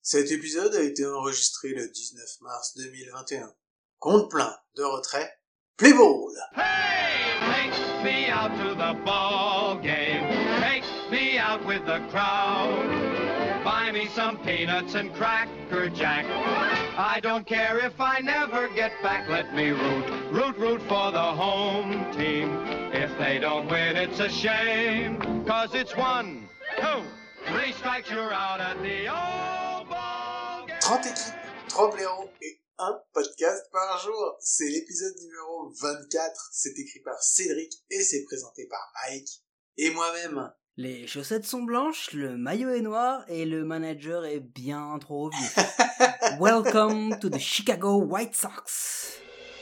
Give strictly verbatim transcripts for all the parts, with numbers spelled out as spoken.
Cet épisode a été enregistré le dix-neuf mars deux mille vingt et un. Compte plein de retrait, play ball! Hey, take me out to the ball game. Take me out with the crowd. Buy me some peanuts and cracker jack. I don't care if I never get back. Let me root, root, root for the home team. If they don't win, it's a shame. Cause it's one, two, three strikes, you're out at the old ball game. trente équipes, trois blaireaux et un podcast par jour. C'est l'épisode numéro vingt-quatre. C'est écrit par Cédric et c'est présenté par Mike et moi-même. Les chaussettes sont blanches, le maillot est noir et le manager est bien trop vieux. Welcome to the Chicago White Sox.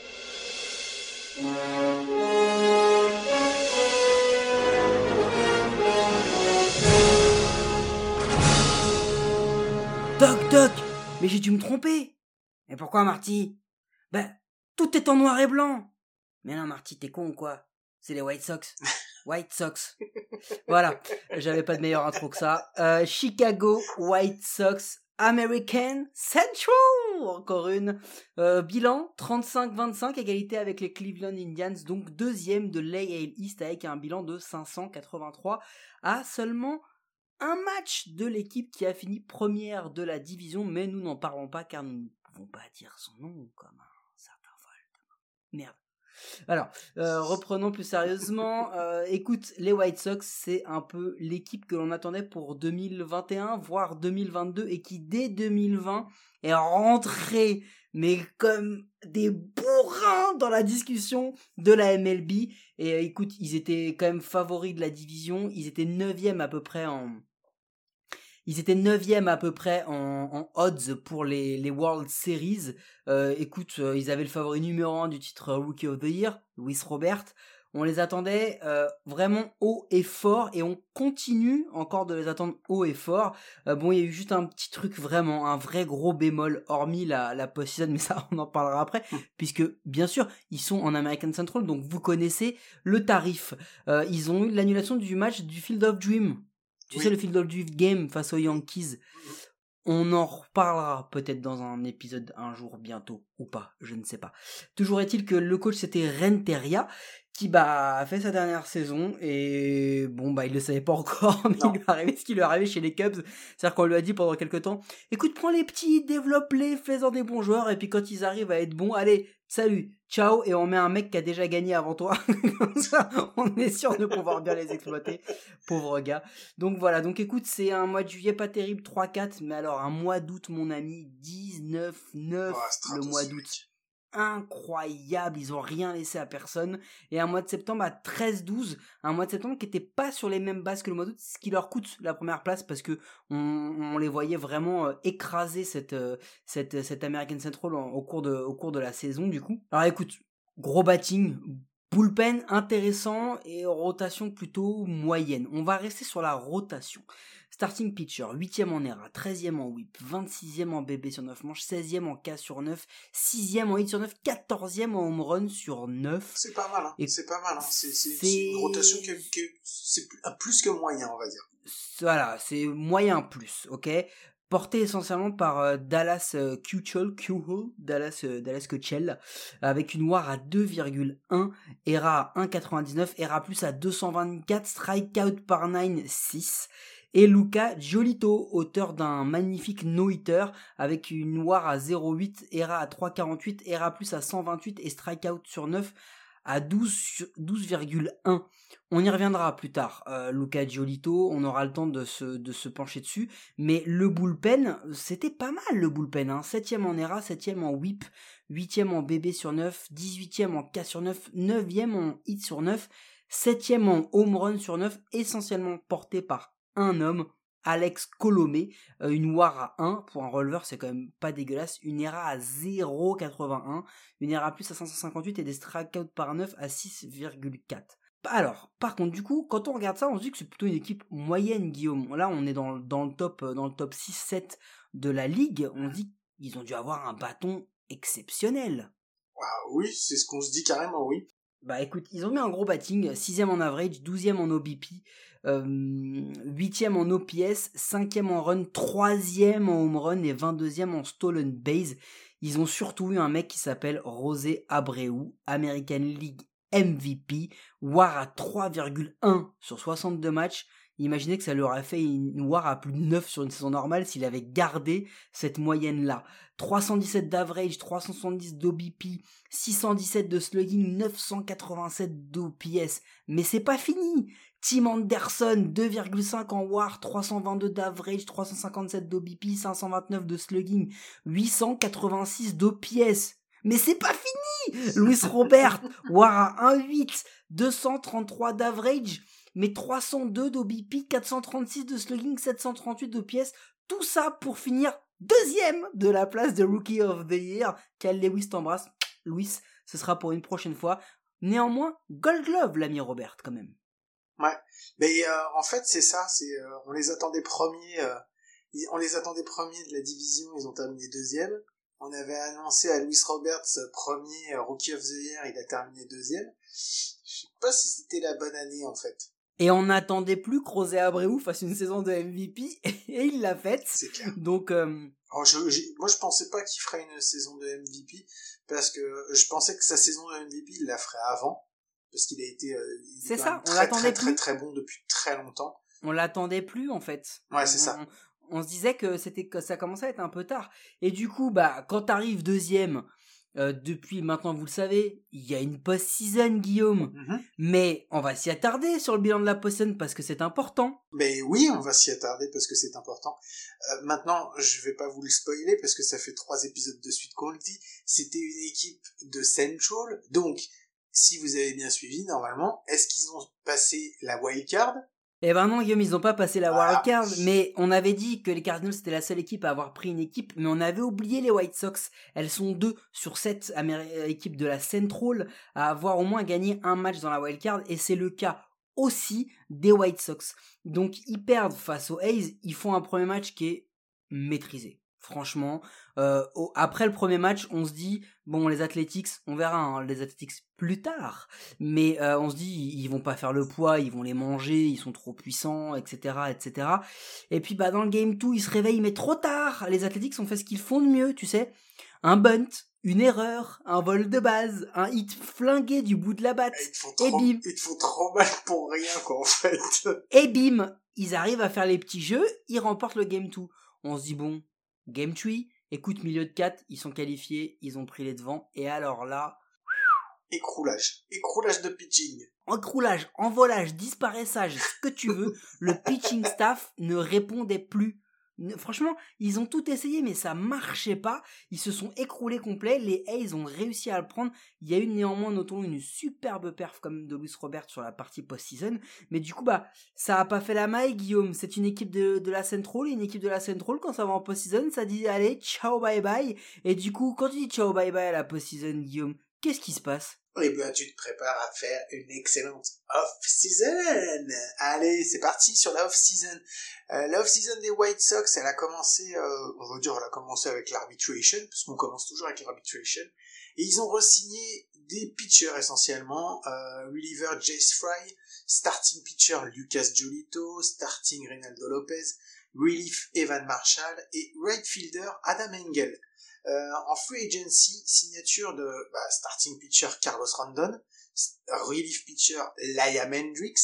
Doc, Doc, mais j'ai dû me tromper. Mais pourquoi, Marty? Ben, tout est en noir et blanc. Mais non, Marty, t'es con ou quoi? C'est les White Sox. White Sox. Voilà, j'avais pas de meilleure intro que ça. Euh, Chicago White Sox American Central. Encore une. Euh, bilan trente-cinq vingt-cinq, égalité avec les Cleveland Indians, donc deuxième de l'A L East avec un bilan de cinq cent quatre-vingt-trois à seulement un match de l'équipe qui a fini première de la division, mais nous n'en parlons pas car nous ne pouvons pas dire son nom comme un certain Voldemort. Merde. Alors, euh, reprenons plus sérieusement. Euh, écoute, les White Sox, c'est un peu l'équipe que l'on attendait pour deux mille vingt et un, voire deux mille vingt-deux, et qui dès deux mille vingt est rentrée, mais comme des bourrins dans la discussion de la M L B. Et euh, écoute, ils étaient quand même favoris de la division, ils étaient neuvième à peu près en... Ils étaient neuvième à peu près en, en odds pour les, les World Series. Euh, écoute, euh, ils avaient le favori numéro un du titre Rookie of the Year, Luis Robert. On les attendait euh, vraiment haut et fort et on continue encore de les attendre haut et fort. Euh, bon, il y a eu juste un petit truc vraiment, un vrai gros bémol, hormis la, la post-season, mais ça on en parlera après, mmh. puisque bien sûr, ils sont en American Central, donc vous connaissez le tarif. Euh, ils ont eu l'annulation du match du Field of Dream. Tu oui. sais, le Field of Dream game face aux Yankees. On en reparlera peut-être dans un épisode un jour bientôt, ou pas, je ne sais pas. Toujours est-il que le coach, c'était Renteria, qui bah, a fait sa dernière saison, et bon, bah, il le savait pas encore, mais non. il lui est arrivé ce qui lui est arrivé chez les Cubs. C'est-à-dire qu'on lui a dit pendant quelques temps, écoute, prends les petits, développe-les, fais-en des bons joueurs, et puis quand ils arrivent à être bons, allez, salut, ciao, et on met un mec qui a déjà gagné avant toi. Comme ça, on est sûr de pouvoir bien les exploiter. Pauvre gars. Donc voilà, donc écoute, c'est un mois de juillet pas terrible, trois quatre, mais alors un mois d'août, mon ami, dix-neuf neuf, oh, le mois d'août. Incroyable, ils ont rien laissé à personne. Et un mois de septembre à treize douze, un mois de septembre qui était pas sur les mêmes bases que le mois d'août, ce qui leur coûte la première place parce que on, on les voyait vraiment euh, écraser cette, euh, cette, cette American Central en, au cours de, au cours de la saison du coup. Alors écoute, gros batting, bullpen intéressant et rotation plutôt moyenne. On va rester sur la rotation. Starting pitcher, huitième en E R A, treizième en whip, vingt-sixième en B B sur neuf manches, seizième en K sur neuf, sixième en hit sur neuf, quatorzième en home run sur neuf. C'est pas mal, hein. Et c'est pas mal, hein. C'est, c'est, c'est... c'est une rotation qui, qui c'est plus que moyen, on va dire. Voilà, c'est moyen plus, ok. Porté essentiellement par euh, Dallas euh, Keuchel, Keuchel, Dallas, euh, Dallas Keuchel, avec une W A R à deux virgule un, E R A à un virgule quatre-vingt-dix-neuf, E R A plus à deux cent vingt-quatre, strikeout par neuf, six. Et Luca Giolito, auteur d'un magnifique no-hitter avec une W A R à zéro virgule huit, E R A à trois virgule quarante-huit, E R A plus à cent vingt-huit et strikeout sur neuf à douze virgule un. On y reviendra plus tard. Euh, Luca Giolito, on aura le temps de se, de se pencher dessus. Mais le bullpen, c'était pas mal le bullpen. Hein. septième en E R A, septième en whip, huitième en B B sur neuf, dix-huitième en K sur neuf, neuvième en hit sur neuf, septième en home run sur neuf, essentiellement porté par un homme, Alex Colomé, euh, une W A R à un, pour un releveur c'est quand même pas dégueulasse, une E R A à zéro virgule quatre-vingt-un, une E R A plus à cinq cent cinquante-huit et des strikeouts par neuf à six virgule quatre. Alors, par contre, du coup, quand on regarde ça, on se dit que c'est plutôt une équipe moyenne, Guillaume. Là, on est dans, dans le top, dans le top six sept de la ligue, on se dit qu'ils ont dû avoir un bâton exceptionnel. Ah oui, c'est ce qu'on se dit carrément, oui. Bah écoute, ils ont mis un gros batting, sixième en average, douzième en O B P, euh, huitième en O P S, cinquième en run, troisième en home run et vingt-deuxième en stolen base. Ils ont surtout eu un mec qui s'appelle José Abreu, American League M V P, W A R à trois virgule un sur soixante-deux matchs. Imaginez que ça leur a fait une W A R à plus de neuf sur une saison normale s'il avait gardé cette moyenne-là. trois cent dix-sept d'average, trois cent soixante-dix d'O B P, six cent dix-sept de slugging, neuf cent quatre-vingt-sept d'O P S. Mais c'est pas fini. Tim Anderson, deux virgule cinq en W A R, trois cent vingt-deux d'average, trois cent cinquante-sept d'O B P, cinq cent vingt-neuf de slugging, huit cent quatre-vingt-six d'O P S. Mais c'est pas fini. Luis Robert, W A R à un virgule huit, deux cent trente-trois d'average, mais trois cent deux d'O B P, quatre cent trente-six de slugging, sept cent trente-huit d'O P S. Tout ça pour finir deuxième de la place de Rookie of the Year. Cal Lewis t'embrasse. Louis, ce sera pour une prochaine fois. Néanmoins, Gold Glove, l'ami Robert, quand même. Ouais, mais euh, en fait c'est ça, c'est euh, on les attendait premiers, euh, on les attendait premiers de la division, ils ont terminé deuxième. On avait annoncé à Luis Roberts premier euh, Rookie of the Year, il a terminé deuxième. Je sais pas si c'était la bonne année en fait. Et on n'attendait plus que José Abreu fasse une saison de M V P, et il l'a faite. C'est clair. Donc, euh... Alors, je, je, moi, je pensais pas qu'il ferait une saison de M V P, parce que je pensais que sa saison de M V P, il la ferait avant, parce qu'il a été, euh, il c'est ça, très, on l'attendait très, plus. très, très bon depuis très longtemps. On l'attendait plus, en fait. Ouais, c'est on, ça. On, on se disait que c'était, que ça commençait à être un peu tard. Et du coup, bah, quand t'arrives deuxième, Euh, depuis maintenant vous le savez, il y a une post-season, Guillaume. Mm-hmm. Mais on va s'y attarder sur le bilan de la post-season parce que c'est important. Mais oui, on va s'y attarder parce que c'est important. Euh, maintenant, je vais pas vous le spoiler parce que ça fait trois épisodes de suite qu'on le dit. C'était une équipe de Central. Donc, si vous avez bien suivi, normalement, est-ce qu'ils ont passé la wildcard ? Eh ben non, Guillaume, ils n'ont pas passé la voilà. wildcard, mais on avait dit que les Cardinals c'était la seule équipe à avoir pris une équipe, mais on avait oublié les White Sox. Elles sont deux sur sept Amé- équipes de la Central à avoir au moins gagné un match dans la wildcard, et c'est le cas aussi des White Sox. Donc ils perdent face aux A's, ils font un premier match qui est maîtrisé. Franchement, euh, au, après le premier match, on se dit, bon, les Athletics, on verra, hein, les Athletics plus tard, mais euh, on se dit, ils vont pas faire le poids, ils vont les manger, ils sont trop puissants, et cetera, et cetera. Et puis, bah, dans le game deux, ils se réveillent, mais trop tard. Les Athletics ont fait ce qu'ils font de mieux, tu sais. Un bunt, une erreur, un vol de base, un hit flingué du bout de la batte, Ils te font et trop, bim. ils te font trop mal pour rien, quoi, en fait. Et bim, ils arrivent à faire les petits jeux, ils remportent le game deux. On se dit, bon, game trois, écoute, milieu de quatre, ils sont qualifiés, ils ont pris les devants, et alors là... Écroulage. Écroulage de pitching. Écroulage, envolage, disparaissage, ce que tu veux, le pitching staff ne répondait plus. Franchement, ils ont tout essayé, mais ça marchait pas. Ils se sont écroulés complets. Les A's ont réussi à le prendre. Il y a eu néanmoins, notons, une superbe perf comme de Luis Robert sur la partie post-season. Mais du coup, bah, ça a pas fait la maille, Guillaume. C'est une équipe de, de la Central. Une équipe de la Central, quand ça va en post-season, ça dit, allez, ciao, bye bye. Et du coup, quand tu dis ciao, bye bye à la post-season, Guillaume, qu'est-ce qui se passe? Eh bien, tu te prépares à faire une excellente off-season. Allez, c'est parti sur la off-season. Euh, la off-season des White Sox, elle a commencé, euh, on va dire, elle a commencé avec l'arbitration, parce qu'on commence toujours avec l'arbitration. Et ils ont re-signé des pitchers essentiellement, euh, reliever Jace Fry, starting pitcher Lucas Giolito, starting Reynaldo Lopez, relief Evan Marshall et right fielder Adam Engel. Euh, en free agency, signature de bah, starting pitcher Carlos Rondon, relief pitcher Liam Hendricks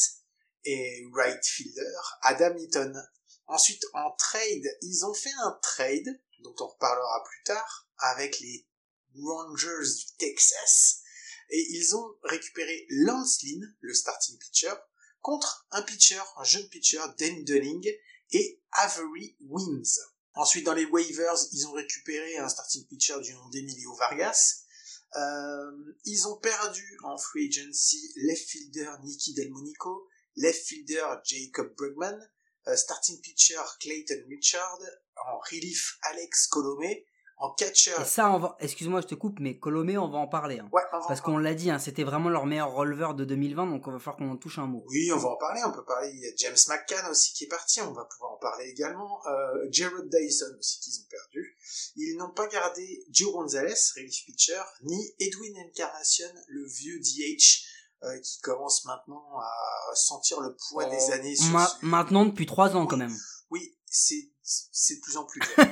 et right fielder Adam Eaton. Ensuite, en trade, ils ont fait un trade, dont on reparlera plus tard, avec les Rangers du Texas, et ils ont récupéré Lance Lynn, le starting pitcher, contre un pitcher, un jeune pitcher, Dan Dunning, et Avery Wims. Ensuite, dans les waivers, ils ont récupéré un starting pitcher du nom d'Emilio Vargas. Euh, ils ont perdu en free agency left fielder Nicky Delmonico, left fielder Jacob Bregman, euh, starting pitcher Clayton Richard, en relief Alex Colomé, en catcher... Et ça, on va... excuse-moi, je te coupe, mais Colomé, on va en parler. Hein. Ouais, on va Parce en qu'on l'a dit, hein, c'était vraiment leur meilleur releveur de deux mille vingt, donc on va falloir qu'on en touche un mot. Oui, on va en parler, on peut parler. Il y a James McCann aussi qui est parti, on va pouvoir en parler également. Euh, Jared Dyson aussi qu'ils ont perdu. Ils n'ont pas gardé Joe Gonzalez, relief pitcher, ni Edwin Encarnacion, le vieux D H, euh, qui commence maintenant à sentir le poids Oh, des années sur ma- ce... Maintenant depuis trois ans Oui. quand même. Oui, c'est, c'est de plus en plus dur.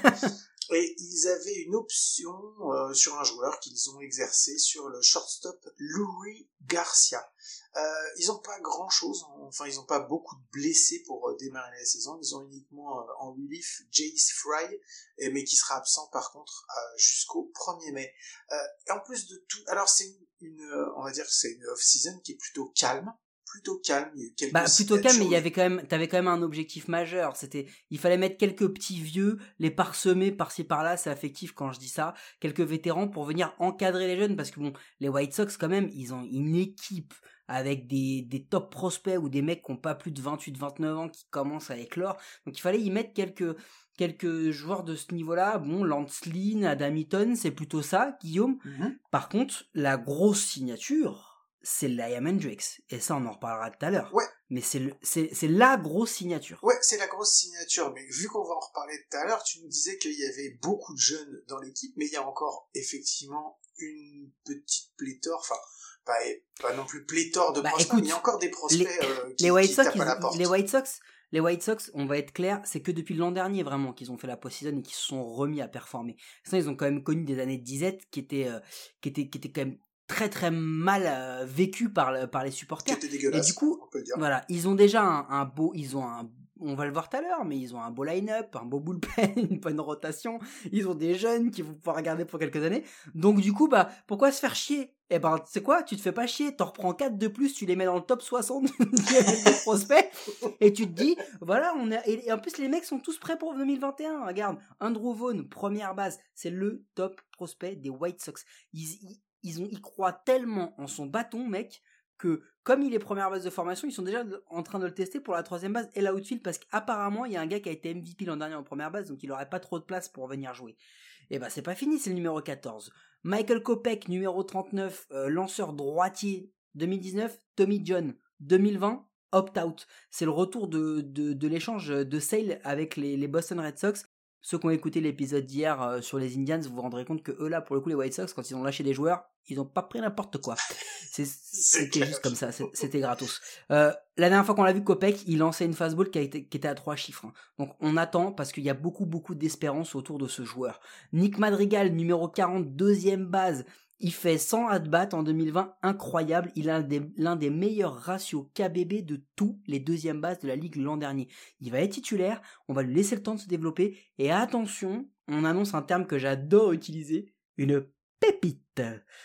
Et ils avaient une option euh, sur un joueur qu'ils ont exercé sur le shortstop Louis Garcia. Euh, ils n'ont pas grand-chose, enfin ils n'ont pas beaucoup de blessés pour euh, démarrer la saison. Ils ont uniquement euh, en relief Jace Fry, et, mais qui sera absent par contre euh, jusqu'au premier mai. Euh, et en plus de tout, alors c'est une, une euh, on va dire que c'est une off-season qui est plutôt calme. plutôt calme, il y a eu quelques Bah plutôt calme, mais il y signatures. avait quand même, t'avais quand même un objectif majeur. C'était, il fallait mettre quelques petits vieux, les parsemer par-ci par-là, c'est affectif quand je dis ça, quelques vétérans pour venir encadrer les jeunes, parce que bon, les White Sox quand même, ils ont une équipe avec des, des top prospects ou des mecs qui ont pas plus de vingt-huit vingt-neuf ans qui commencent à éclore. Donc il fallait y mettre quelques quelques joueurs de ce niveau-là. Bon, Lance Lynn, Adam Eaton, c'est plutôt ça, Guillaume. Mm-hmm. Par contre, la grosse signature, c'est Liam Hendricks. Et ça, on en reparlera tout à l'heure. Ouais. Mais c'est, le, c'est, c'est la grosse signature. Ouais, c'est la grosse signature. Mais vu qu'on va en reparler tout à l'heure, tu nous disais qu'il y avait beaucoup de jeunes dans l'équipe, mais il y a encore effectivement une petite pléthore, enfin, pas, pas non plus pléthore de bah, prospects, écoute, mais il y a encore des prospects les, euh, qui, les White qui Sox, tapent ils, à la porte. les White Sox, les White Sox, on va être clair, c'est que depuis l'an dernier vraiment qu'ils ont fait la post-season et qu'ils se sont remis à performer. Sinon, ils ont quand même connu des années de disette qui étaient, euh, qui étaient, qui étaient quand même très très mal euh, vécu par le, par les supporters. Qui était dégueulasse, et du coup, on peut le dire. Voilà, ils ont déjà un, un beau, ils ont un, on va le voir tout à l'heure, mais ils ont un beau line-up, un beau bullpen, une bonne rotation. Ils ont des jeunes qui vont pouvoir regarder pour quelques années. Donc du coup, bah pourquoi se faire chier? Eh ben, tu sais quoi, tu te fais pas chier, t'en reprends quatre de plus, tu les mets dans le top soixante des prospects, et tu te dis, voilà, on a, et en plus les mecs sont tous prêts pour deux mille vingt et un. Regarde, Andrew Vaughn, première base, c'est le top prospect des White Sox. Ils, ils Ils, ont, ils croient tellement en son bâton, mec, que comme il est première base de formation, ils sont déjà en train de le tester pour la troisième base et l'outfield, parce qu'apparemment, il y a un gars qui a été M V P l'an dernier en première base, donc il aurait pas trop de place pour venir jouer. Et bah, c'est pas fini, c'est le numéro quatorze. Michael Kopech, numéro trente-neuf, euh, lanceur droitier, deux mille dix-neuf, Tommy John, deux mille vingt, opt-out. C'est le retour de, de, de l'échange de Sale avec les, les Boston Red Sox. Ceux qui ont écouté l'épisode d'hier euh, sur les Indians, vous vous rendrez compte que eux là, pour le coup, les White Sox, quand ils ont lâché des joueurs, ils ont pas pris n'importe quoi. C'est, c'était juste comme ça, c'était gratos. Euh, la dernière fois qu'on l'a vu, Kopech, il lançait une fastball qui, a été, qui était à trois chiffres. Hein. Donc on attend, parce qu'il y a beaucoup beaucoup d'espérance autour de ce joueur. Nick Madrigal, numéro quarante, deuxième base. Il fait cent at-bats en deux mille vingt, incroyable. Il a l'un des, l'un des meilleurs ratios K B B de tous les deuxièmes bases de la ligue l'an dernier. Il va être titulaire, on va lui laisser le temps de se développer. Et attention, on annonce un terme que j'adore utiliser, une pépite.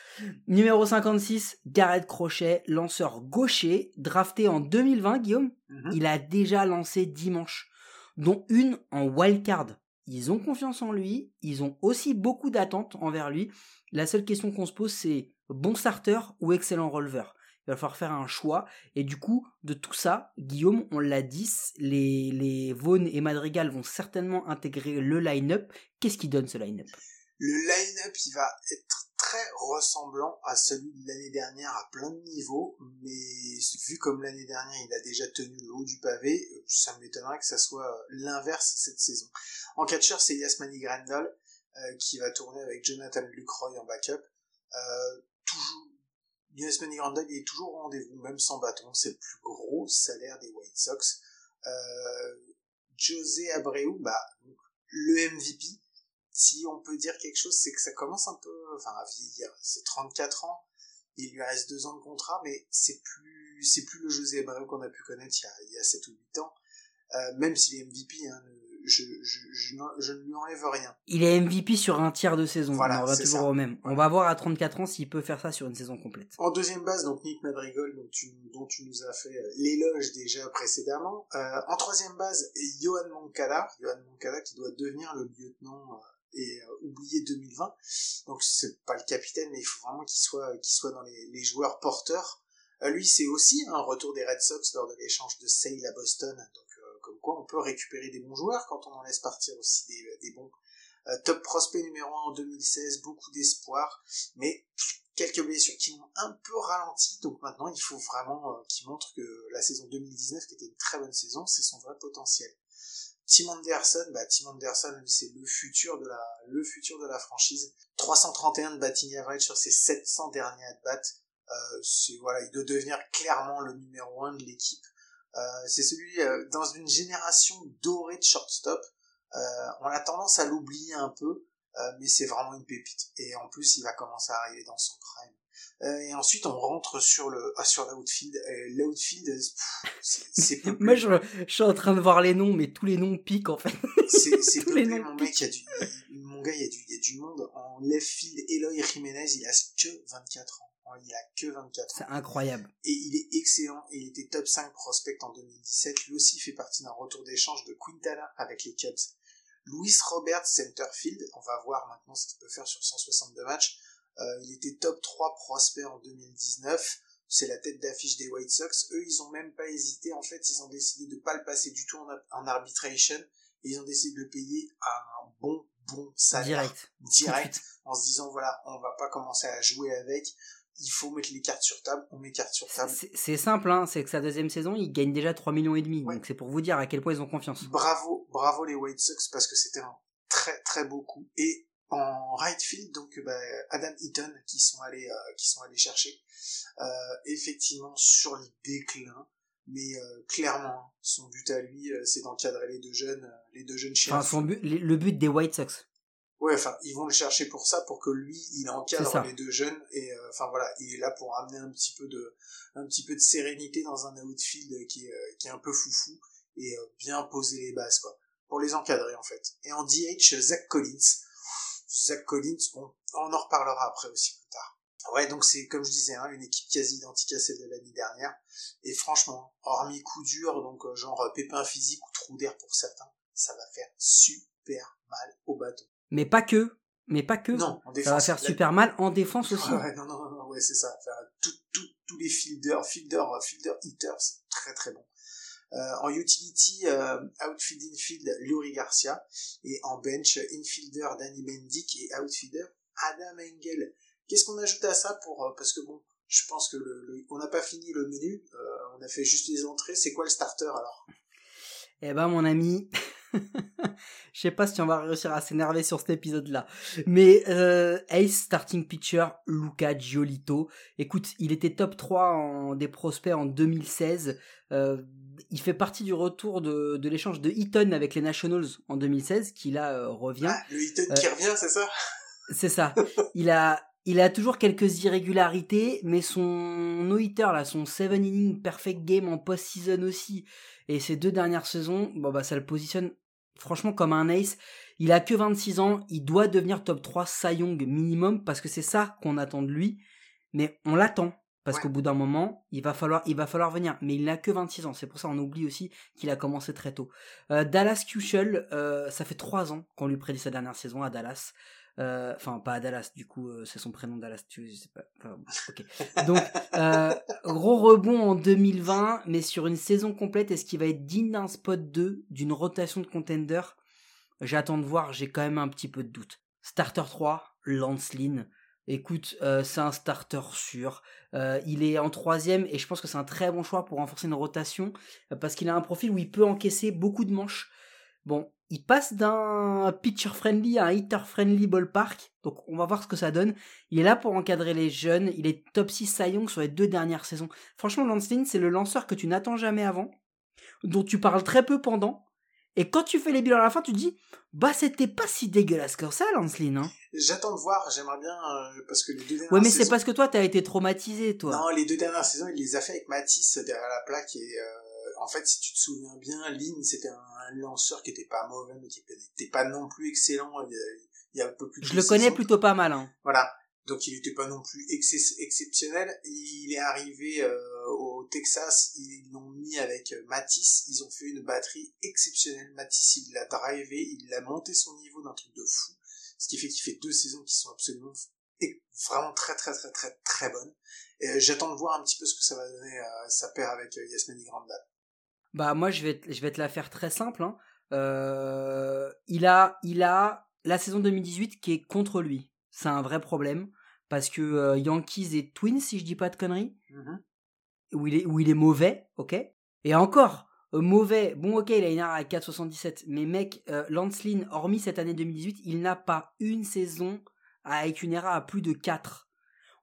Numéro cinquante-six, Garrett Crochet, lanceur gaucher, drafté en deux mille vingt, Guillaume. Mm-hmm. Il a déjà lancé dix manches, dont une en wildcard. Ils ont confiance en lui, ils ont aussi beaucoup d'attentes envers lui. La seule question qu'on se pose, c'est bon starter ou excellent releveur. Il va falloir faire un choix. Et du coup, de tout ça, Guillaume, on l'a dit, les, les Vaughn et Madrigal vont certainement intégrer le line-up. Qu'est-ce qui donne ce line-up? Le line-up, il va être très ressemblant à celui de l'année dernière à plein de niveaux, mais vu comme l'année dernière, il a déjà tenu le haut du pavé, ça m'étonnerait que ça soit l'inverse cette saison. En catcheur, c'est Yasmani Grandal, Euh, qui va tourner avec Jonathan Lucroy en backup. Euh, toujours, Yasmani Grandal, il est toujours au rendez-vous, même sans bâton. C'est le plus gros salaire des White Sox. Euh, José Abreu, bah, le M V P. Si on peut dire quelque chose, c'est que ça commence un peu, enfin, à vieillir. C'est trente-quatre ans. Il lui reste deux ans de contrat, mais c'est plus, c'est plus le José Abreu qu'on a pu connaître il y a, il y a sept ou huit ans. Euh, même s'il est M V P, hein, Je, je, je, je ne lui enlève rien. Il est M V P sur un tiers de saison. Voilà, on va toujours ça. au même. Voilà. On va voir à trente-quatre ans s'il peut faire ça sur une saison complète. En deuxième base, donc Nick Madrigal, dont tu, dont tu nous as fait l'éloge déjà précédemment. Euh, en troisième base, Yohan Moncada. Yohan Moncada qui doit devenir le lieutenant euh, et euh, oublié deux mille vingt. Donc c'est pas le capitaine, mais il faut vraiment qu'il soit, qu'il soit dans les, les joueurs porteurs. Euh, lui, c'est aussi un retour des Red Sox lors de l'échange de Sale à Boston. Donc comme quoi on peut récupérer des bons joueurs quand on en laisse partir aussi des, des bons. Euh, top prospect numéro un en deux mille seize, beaucoup d'espoir, mais quelques blessures qui m'ont un peu ralenti, donc maintenant il faut vraiment euh, qu'il montre que la saison deux mille dix-neuf, qui était une très bonne saison, c'est son vrai potentiel. Tim Anderson, bah Tim Anderson, lui, c'est le futur de la, le futur de la franchise. trois cent trente et un de batting average sur ses sept cents derniers at-bats. Euh, c'est voilà, il doit devenir clairement le numéro un de l'équipe. Euh, c'est celui euh, dans une génération dorée de shortstop. Euh, on a tendance à l'oublier un peu, euh, mais c'est vraiment une pépite. Et en plus, il va commencer à arriver dans son prime. Euh, et ensuite, on rentre sur le ah, sur l'outfield. Euh, l'outfield, pff, c'est, c'est peuplé. Moi, je, je suis en train de voir les noms, mais tous les noms piquent en fait. C'est, c'est tous les peuplé, noms mon mec. Il y a du, il, mon gars, il y a du, il y a du monde. En left field, Eloy Jiménez, il a que vingt-quatre ans. Il a que vingt-quatre ans. C'est incroyable. Et il est excellent. Et il était top cinq prospect en deux mille dix-sept. Lui aussi fait partie d'un retour d'échange de Quintana avec les Cubs. Luis Robert, centerfield. On va voir maintenant ce qu'il peut faire sur cent soixante-deux matchs. Euh, il était top trois prospect en deux mille dix-neuf. C'est la tête d'affiche des White Sox. Eux, ils ont même pas hésité. En fait, ils ont décidé de pas le passer du tout en, en arbitration. Et ils ont décidé de le payer à un bon, bon salaire. Direct. Direct. En se disant, voilà, on va pas commencer à jouer avec. Il faut mettre les cartes sur table, on met cartes sur table. C'est, c'est simple, hein, c'est que sa deuxième saison, il gagne déjà trois millions et demi. Ouais. Donc c'est pour vous dire à quel point ils ont confiance. Bravo, bravo les White Sox parce que c'était un très très beau coup. Et en right field, donc bah, Adam Eaton qui sont allés euh, qui sont allés chercher, euh, effectivement sur le déclin, mais euh, clairement son but à lui, euh, c'est d'encadrer les deux jeunes, euh, les deux jeunes chiens. Enfin, son but, le but des White Sox. Ouais, enfin, ils vont le chercher pour ça, pour que lui, il encadre les deux jeunes, et euh, enfin voilà, il est là pour amener un petit peu de, un petit peu de sérénité dans un outfield qui est, euh, qui est un peu foufou, et euh, bien poser les bases, quoi, pour les encadrer, en fait. Et en D H, Zach Collins. Zach Collins, bon, on en reparlera après aussi plus tard. Ouais, donc c'est, comme je disais, hein, une équipe quasi identique à celle de l'année dernière, et franchement, hormis coup dur, donc euh, genre euh, pépin physique ou trou d'air pour certains, ça va faire super mal au bâton. Mais pas que, mais pas que. Non, en défense. Ça va faire la... super mal en défense aussi. Ouais, non, non, non, ouais, c'est ça. Enfin, tout, tout, tous les fielders, fielders, fielders, hitters, c'est très très bon. Euh, en utility, euh, outfield, infield, Lurie Garcia, et en bench, infielder, Danny Mendick, et outfielder, Adam Engel. Qu'est-ce qu'on ajoute à ça pour, parce que bon, je pense que le, le on n'a pas fini le menu, euh, on a fait juste les entrées. C'est quoi le starter alors? Eh ben, mon ami, je sais pas si on va réussir à s'énerver sur cet épisode-là, mais euh, Ace starting pitcher Luca Giolito. Écoute, il était top trois en, des prospects en deux mille seize. Euh, il fait partie du retour de, de l'échange de Eaton avec les Nationals en deux mille seize, qui là euh, revient. Ah, le Eaton euh, qui revient, c'est ça? C'est ça. Il a, il a toujours quelques irrégularités, mais son no-hitter, là, son seven inning perfect game en post-season aussi, et ces deux dernières saisons, bon bah ça le positionne franchement comme un ace. Il a que vingt-six ans, il doit devenir top trois Cy Young minimum, parce que c'est ça qu'on attend de lui, mais on l'attend, parce ouais. qu'au bout d'un moment, il va falloir, il va falloir venir, mais il n'a que vingt-six ans, c'est pour ça on oublie aussi qu'il a commencé très tôt. Euh, Dallas Keuchel, euh, ça fait trois ans qu'on lui prédit sa dernière saison à Dallas. Enfin, euh, pas à Dallas, du coup, euh, c'est son prénom Dallas, tu sais pas. Enfin, ok. Donc, euh, gros rebond en deux mille vingt, mais sur une saison complète, est-ce qu'il va être digne d'un spot deux, d'une rotation de contender? J'attends de voir, j'ai quand même un petit peu de doute. Starter trois, Lance Lynn. Écoute, euh, c'est un starter sûr. Euh, il est en troisième et je pense que c'est un très bon choix pour renforcer une rotation euh, parce qu'il a un profil où il peut encaisser beaucoup de manches. Bon, il passe d'un pitcher-friendly à un hitter-friendly ballpark, donc on va voir ce que ça donne. Il est là pour encadrer les jeunes, il est top six Cy Young sur les deux dernières saisons. Franchement, Lance Lynn, c'est le lanceur que tu n'attends jamais avant, dont tu parles très peu pendant, et quand tu fais les bilans à la fin, tu te dis, bah c'était pas si dégueulasse que ça, Lance Lynn. Hein. J'attends de voir, j'aimerais bien, euh, parce que les deux dernières Ouais, mais saisons... c'est parce que toi, t'as été traumatisé, toi. Non, les deux dernières saisons, il les a fait avec Matisse derrière la plaque, et... Euh... En fait, si tu te souviens bien, Lynn, c'était un lanceur qui était pas mauvais, mais qui était pas non plus excellent. Il y a, il y a un peu plus de Je le connais plutôt pas mal. Hein. Voilà. Donc, il était pas non plus ex- exceptionnel. Il est arrivé euh, au Texas, ils l'ont mis avec Matisse. Ils ont fait une batterie exceptionnelle. Matisse, il l'a drivé, il l'a monté son niveau d'un truc de fou. Ce qui fait qu'il fait deux saisons qui sont absolument vraiment très, très, très, très, très bonnes. Et j'attends de voir un petit peu ce que ça va donner à sa paire avec Yasmani Grandal. Bah moi je vais te, je vais te la faire très simple. Hein. Euh, il a il a la saison deux mille dix-huit qui est contre lui. C'est un vrai problème parce que euh, Yankees et Twins si je dis pas de conneries, mm-hmm. où il est où il est mauvais, ok. Et encore euh, mauvais. Bon ok il a une A R à quatre virgule soixante-dix-sept, mais mec euh, Lance Lynn hormis cette année deux mille dix-huit il n'a pas une saison avec une E R A à plus de quatre.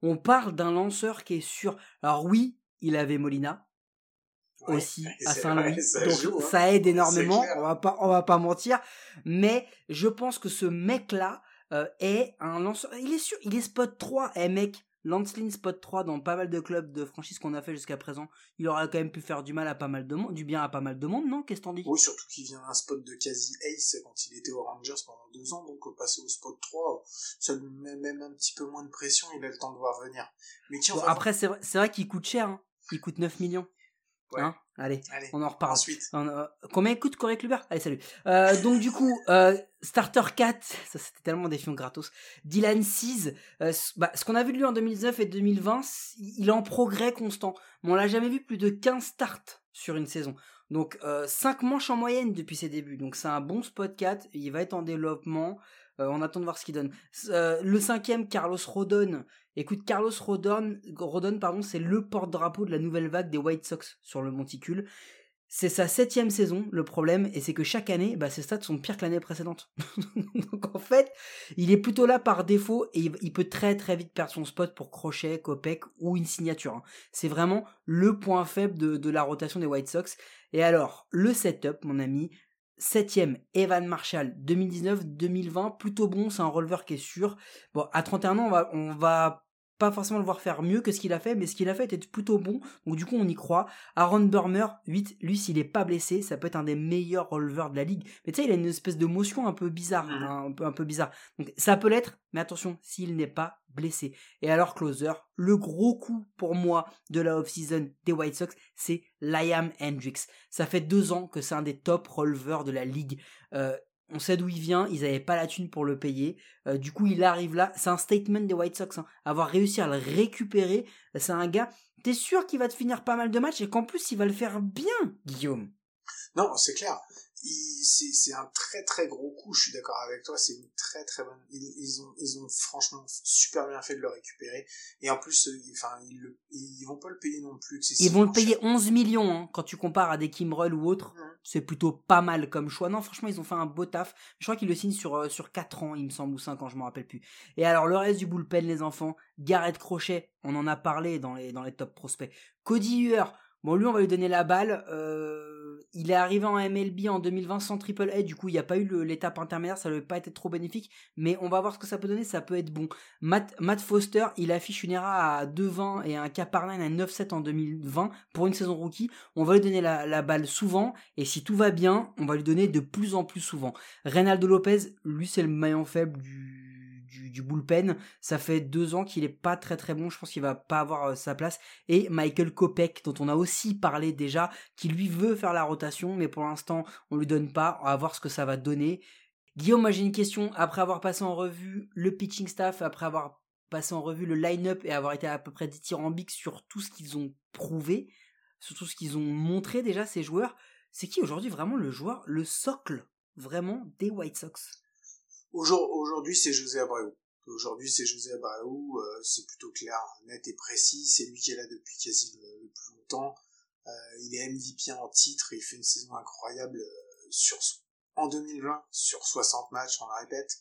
On parle d'un lanceur qui est sûr. Alors oui, il avait Molina. Ouais, aussi à Saint-Louis, vrai, ça donc joue, hein. Ça aide énormément, on va pas on va pas mentir, mais je pense que ce mec là euh, est un lanceur, il est sûr, il est spot trois, eh mec, Lance Lynn spot trois dans pas mal de clubs de franchise qu'on a fait jusqu'à présent, il aura quand même pu faire du mal à pas mal de monde, du bien à pas mal de monde, non? Qu'est-ce que t'en dis? Oui, surtout qu'il vient d'un spot de quasi ace quand il était aux Rangers pendant deux ans, donc passer au spot trois, ça lui met même un petit peu moins de pression, il a le temps de voir venir. Mais tiens, bon, après c'est vrai, c'est vrai qu'il coûte cher, hein. Il coûte neuf millions. Ouais. Hein, allez, allez, on en reparle. Ensuite. On, euh, combien coûte Corey Kluber? Allez, salut. Euh, donc du coup, euh, Starter quatre, ça c'était tellement des fions gratos. Dylan Cease, euh, bah, ce qu'on a vu de lui en deux mille dix-neuf et deux mille vingt, il est en progrès constant. Mais on l'a jamais vu plus de quinze starts sur une saison. Donc euh, cinq manches en moyenne depuis ses débuts. Donc c'est un bon spot quatre, il va être en développement. Euh, on attend de voir ce qu'il donne. Euh, le cinquième, Carlos Rodon. Écoute, Carlos Rodon, Rodon pardon, c'est le porte-drapeau de la nouvelle vague des White Sox sur le monticule. C'est sa septième saison, le problème, et c'est que chaque année, bah, ses stats sont pires que l'année précédente. Donc en fait, il est plutôt là par défaut, et il, il peut très très vite perdre son spot pour Crochet, Kopech ou une signature. Hein. C'est vraiment le point faible de, de la rotation des White Sox. Et alors, le setup, mon ami, septième, Evan Marshall, deux mille dix-neuf deux mille vingt, plutôt bon, c'est un releveur qui est sûr. Bon, à trente et un ans, on va, on va pas forcément le voir faire mieux que ce qu'il a fait, mais ce qu'il a fait était plutôt bon, donc du coup on y croit. Aaron Burmer, huit, lui s'il est pas blessé, ça peut être un des meilleurs releveurs de la ligue. Mais tu sais, il a une espèce de motion un peu bizarre, mmh. hein, un peu, un peu bizarre. Donc ça peut l'être, mais attention, s'il n'est pas blessé. Et alors closer, le gros coup pour moi de la off-season des White Sox, c'est Liam Hendricks. Ça fait deux ans que c'est un des top releveurs de la ligue. Euh, On sait d'où il vient, ils avaient pas la thune pour le payer. Euh, du coup, il arrive là. C'est un statement des White Sox. Hein. Avoir réussi à le récupérer, c'est un gars, t'es sûr qu'il va te finir pas mal de matchs et qu'en plus, il va le faire bien, Guillaume. Non, c'est clair. Il, c'est, c'est un très très gros coup, je suis d'accord avec toi, c'est une très très bonne... Ils, ils, ont, ils ont franchement super bien fait de le récupérer. Et en plus, ils, enfin, ils, le, ils vont pas le payer non plus excessivement. Ils vont le payer onze millions, hein, quand tu compares à des Kimbrel ou autres. Mmh. C'est plutôt pas mal comme choix. Non, franchement, ils ont fait un beau taf. Je crois qu'ils le signent sur, euh, sur quatre ans, il me semble, ou cinq ans, je m'en rappelle plus. Et alors, le reste du bullpen, les enfants, Garrett Crochet, on en a parlé dans les, dans les top prospects. Cody Huer, bon, lui, on va lui donner la balle. Euh, il est arrivé en M L B en deux mille vingt sans triple A. Du coup, il n'y a pas eu le, l'étape intermédiaire. Ça ne va pas été trop bénéfique. Mais on va voir ce que ça peut donner. Ça peut être bon. Matt, Matt Foster, il affiche une E R A à deux vingt et un K par nine à neuf sept en deux mille vingt pour une saison rookie. On va lui donner la, la balle souvent. Et si tout va bien, on va lui donner de plus en plus souvent. Reynaldo Lopez, lui, c'est le maillon faible du... Du, du bullpen, ça fait deux ans qu'il est pas très très bon, je pense qu'il va pas avoir euh, sa place, et Michael Kopech, dont on a aussi parlé déjà, qui lui veut faire la rotation, mais pour l'instant on lui donne pas, on va voir ce que ça va donner. Guillaume, moi j'ai une question, après avoir passé en revue le pitching staff, après avoir passé en revue le line-up et avoir été à peu près dithyrambique sur tout ce qu'ils ont prouvé, sur tout ce qu'ils ont montré déjà ces joueurs, c'est qui aujourd'hui vraiment le joueur, le socle vraiment des White Sox? Aujourd'hui, c'est José Abreu. Aujourd'hui, c'est José Abreu. Euh, c'est plutôt clair, net et précis. C'est lui qui est là depuis quasi le, le plus longtemps. Euh, il est M V P en titre. Il fait une saison incroyable euh, sur en deux mille vingt sur soixante matchs, on le répète.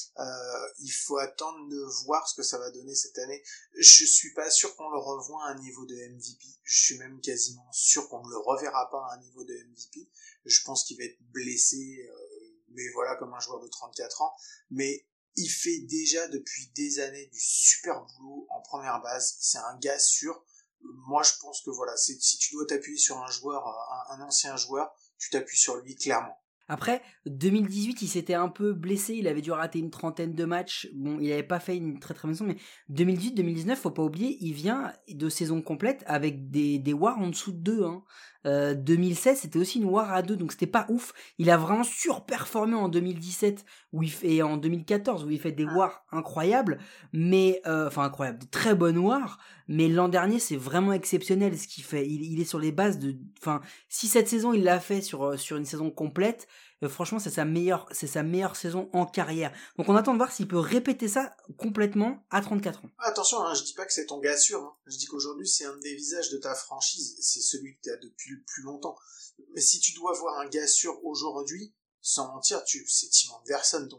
Euh, il faut attendre de voir ce que ça va donner cette année. Je suis pas sûr qu'on le revoie à un niveau de M V P. Je suis même quasiment sûr qu'on ne le reverra pas à un niveau de M V P. Je pense qu'il va être blessé. Euh, mais voilà, comme un joueur de trente-quatre ans, mais il fait déjà depuis des années du super boulot en première base, c'est un gars sûr. Moi je pense que voilà, c'est, si tu dois t'appuyer sur un joueur, un, un ancien joueur, tu t'appuies sur lui clairement. Après, deux mille dix-huit, il s'était un peu blessé, il avait dû rater une trentaine de matchs, bon, il avait pas fait une très très bonne saison, mais deux mille dix-huit deux mille dix-neuf, faut pas oublier, il vient de saison complète avec des, des wars en dessous de deux, hein. Euh, deux mille seize, c'était aussi une war à deux, donc c'était pas ouf. Il a vraiment surperformé en deux mille dix-sept où il fait, et en deux mille quatorze où il fait des wars incroyables, mais euh, enfin incroyables, de très bonnes wars. Mais l'an dernier, c'est vraiment exceptionnel ce qu'il fait. Il, il est sur les bases de, enfin, si cette saison il l'a fait sur sur une saison complète, euh, franchement, c'est sa meilleure, c'est sa meilleure saison en carrière. Donc on attend de voir s'il peut répéter ça complètement à trente-quatre ans. Attention, hein, je dis pas que c'est ton gars sûr. Hein. Je dis qu'aujourd'hui c'est un des visages de ta franchise. C'est celui que tu as depuis le plus longtemps. Mais si tu dois voir un gars sûr aujourd'hui, sans mentir, tu, c'est Tim Anderson ton gars sûr.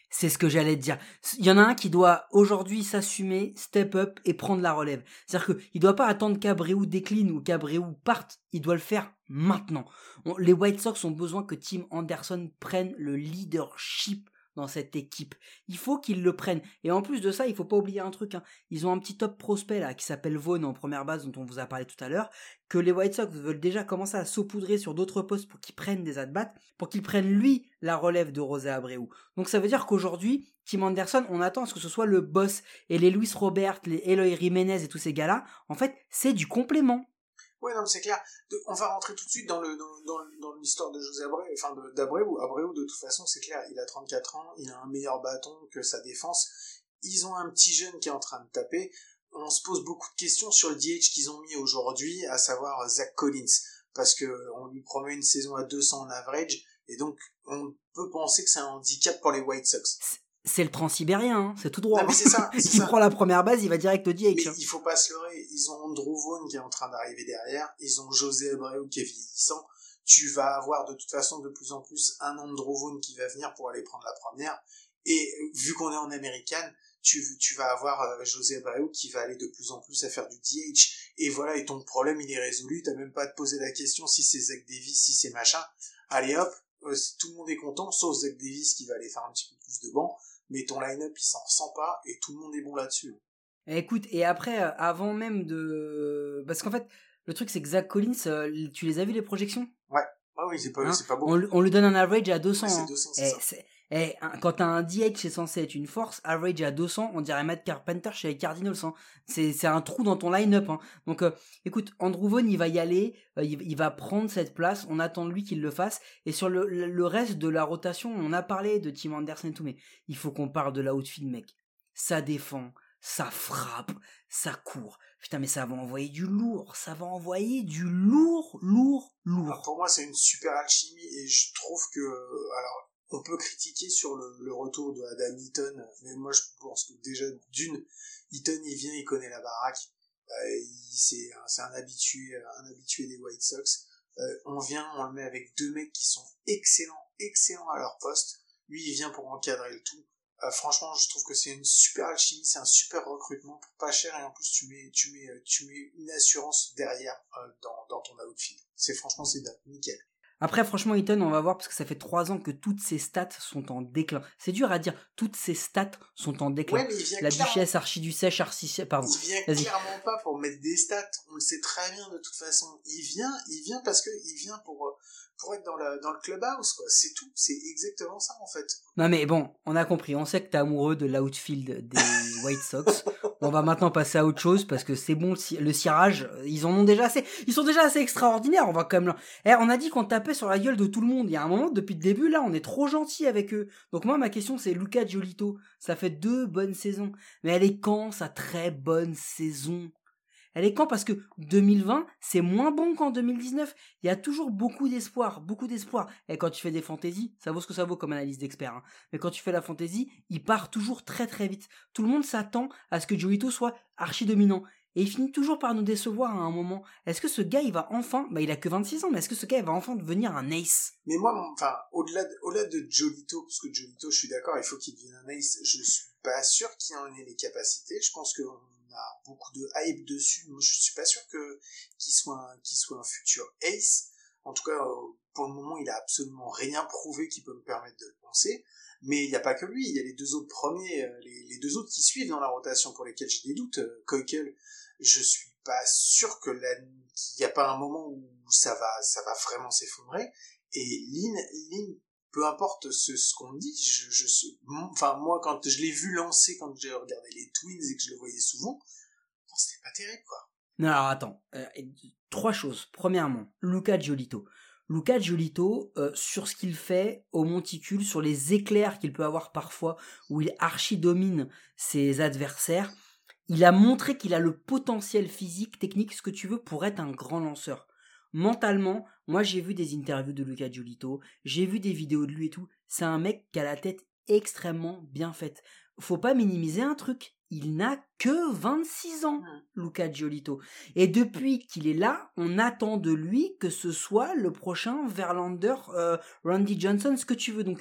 C'est ce que j'allais te dire. Il y en a un qui doit aujourd'hui s'assumer, step up et prendre la relève. C'est-à-dire qu'il ne doit pas attendre qu'Abreu décline ou qu'Abreu parte. Il doit le faire maintenant. On, les White Sox ont besoin que Tim Anderson prenne le leadership dans cette équipe. Il faut qu'ils le prennent. Et en plus de ça, il faut pas oublier un truc. Hein. Ils ont un petit top prospect là qui s'appelle Vaughn en première base dont on vous a parlé tout à l'heure, que les White Sox veulent déjà commencer à saupoudrer sur d'autres postes pour qu'ils prennent des at-bats, pour qu'ils prennent lui la relève de José Abreu. Donc ça veut dire qu'aujourd'hui, Tim Anderson, on attend à ce que ce soit le boss et les Luis Robert, les Eloy Jiménez et tous ces gars-là, en fait, c'est du complément. Ouais, non, mais c'est clair. De, on va rentrer tout de suite dans le dans, dans, dans l'histoire de José Abreu, enfin de, d'Abreu. Abreu, de toute façon, c'est clair, il a trente-quatre ans, il a un meilleur bâton que sa défense. Ils ont un petit jeune qui est en train de taper. On se pose beaucoup de questions sur le D H qu'ils ont mis aujourd'hui, à savoir Zach Collins, parce que on lui promet une saison à deux cents en average, et donc on peut penser que c'est un handicap pour les White Sox. C'est le transsibérien, hein, c'est tout droit. Non, mais c'est ça, c'est il ça. prend la première base, il va direct au D H. Mais hein. il faut pas se leurrer. Ils ont Andrew Vaughn qui est en train d'arriver derrière. Ils ont José Abreu qui est vieillissant. Tu vas avoir de toute façon de plus en plus un Andrew Vaughn qui va venir pour aller prendre la première. Et vu qu'on est en américaine, tu, tu vas avoir euh, José Abreu qui va aller de plus en plus à faire du D H. Et voilà, et ton problème il est résolu. T'as même pas à te poser la question si c'est Zach Davis, si c'est machin. Allez hop, euh, tout le monde est content, sauf Zach Davis qui va aller faire un petit peu plus de banc. Mais ton line-up, il s'en ressent pas, et tout le monde est bon là-dessus. Écoute, et après, avant même de... Parce qu'en fait, le truc, c'est que Zach Collins, tu les as vu les projections ? Ouais. Ah oui, c'est pas, hein c'est pas beau. On, on lui donne un average à deux cents. Ouais, c'est hein. deux cents, c'est et ça. C'est, et quand t'as un D H, c'est censé être une force. Average à deux cents, on dirait Matt Carpenter chez les Cardinals. Hein. C'est, c'est un trou dans ton line-up. Hein. Donc, euh, écoute, Andrew Vaughn, il va y aller. Euh, il, il va prendre cette place. On attend de lui qu'il le fasse. Et sur le, le, le reste de la rotation, on a parlé de Tim Anderson et tout. Mais il faut qu'on parle de l'outfield, mec. Ça défend, ça frappe, ça court. Putain, mais ça va envoyer du lourd. Ça va envoyer du lourd, lourd, lourd. Alors pour moi, c'est une super alchimie. Et je trouve que... Alors, on peut critiquer sur le, le retour de Adam Eaton, mais moi je pense que déjà d'une, Eaton il vient, il connaît la baraque, euh, il, c'est, c'est un habitué, un habitué des White Sox. Euh, on vient, on le met avec deux mecs qui sont excellents, excellents à leur poste. Lui il vient pour encadrer le tout. Euh, franchement, je trouve que c'est une super alchimie, c'est un super recrutement pour pas cher et en plus tu mets, tu mets, tu mets une assurance derrière euh, dans, dans ton outfield. C'est franchement c'est nickel. Après, franchement, Eaton, on va voir, parce que ça fait trois ans que toutes ses stats sont en déclin. C'est dur à dire, toutes ses stats sont en déclin. Ouais, mais il vient la clairement... duchesse, archiduchesse, archi... pardon. Il vient Vas-y. clairement pas pour mettre des stats, on le sait très bien de toute façon. Il vient, il vient parce que il vient pour, pour être dans, la, dans le clubhouse, quoi. C'est tout, c'est exactement ça, en fait. Non mais bon, on a compris, on sait que t'es amoureux de l'outfield des White Sox. On va maintenant passer à autre chose parce que c'est bon, le cirage, ils en ont déjà assez. Ils sont déjà assez extraordinaires, on va quand même... Eh, on a dit qu'on tapait sur la gueule de tout le monde. Il y a un moment, depuis le début, là, on est trop gentil avec eux. Donc moi, ma question, c'est Luca Giolito. Ça fait deux bonnes saisons. Mais elle est quand, sa très bonne saison ? Elle est quand ? Parce que deux mille vingt, c'est moins bon qu'en deux mille dix-neuf. Il y a toujours beaucoup d'espoir, beaucoup d'espoir. Et quand tu fais des fantaisies, ça vaut ce que ça vaut comme analyse d'expert. Hein. Mais quand tu fais la fantaisie, il part toujours très très vite. Tout le monde s'attend à ce que Giolito soit archi dominant. Et il finit toujours par nous décevoir à un moment. Est-ce que ce gars, il va enfin... Bah, il a que vingt-six ans, mais est-ce que ce gars, il va enfin devenir un ace ? Mais moi, mon, enfin, au-delà de, au-delà de Giolito, parce que Giolito, je suis d'accord, il faut qu'il devienne un ace. Je suis pas sûr qu'il en ait les capacités. Je pense qu'on a beaucoup de hype dessus. Moi, je suis pas sûr que, qu'il soit un, qu'il soit un futur ace. En tout cas, pour le moment, il a absolument rien prouvé qui peut me permettre de le penser. Mais il n'y a pas que lui, il y a les deux autres premiers, les, les deux autres qui suivent dans la rotation pour lesquels j'ai des doutes. Keuchel, je suis pas sûr que la, qu'il n'y a pas un moment où ça va, ça va vraiment s'effondrer. Et Lynn, Lynn, peu importe ce, ce qu'on me dit, je, je, enfin, moi, quand je l'ai vu lancer, quand j'ai regardé les Twins et que je le voyais souvent, c'était pas terrible, quoi. Non, alors attends, euh, trois choses. Premièrement, Luca Giolito. Luca Giolito, euh, sur ce qu'il fait au monticule, sur les éclairs qu'il peut avoir parfois, où il archi-domine ses adversaires, il a montré qu'il a le potentiel physique, technique, ce que tu veux, pour être un grand lanceur. Mentalement, moi j'ai vu des interviews de Luca Giolito, j'ai vu des vidéos de lui et tout, c'est un mec qui a la tête extrêmement bien faite. Faut pas minimiser un truc, il n'a que vingt-six ans, Luca Giolito. Et depuis qu'il est là, on attend de lui que ce soit le prochain Verlander, euh, Randy Johnson, ce que tu veux. Donc,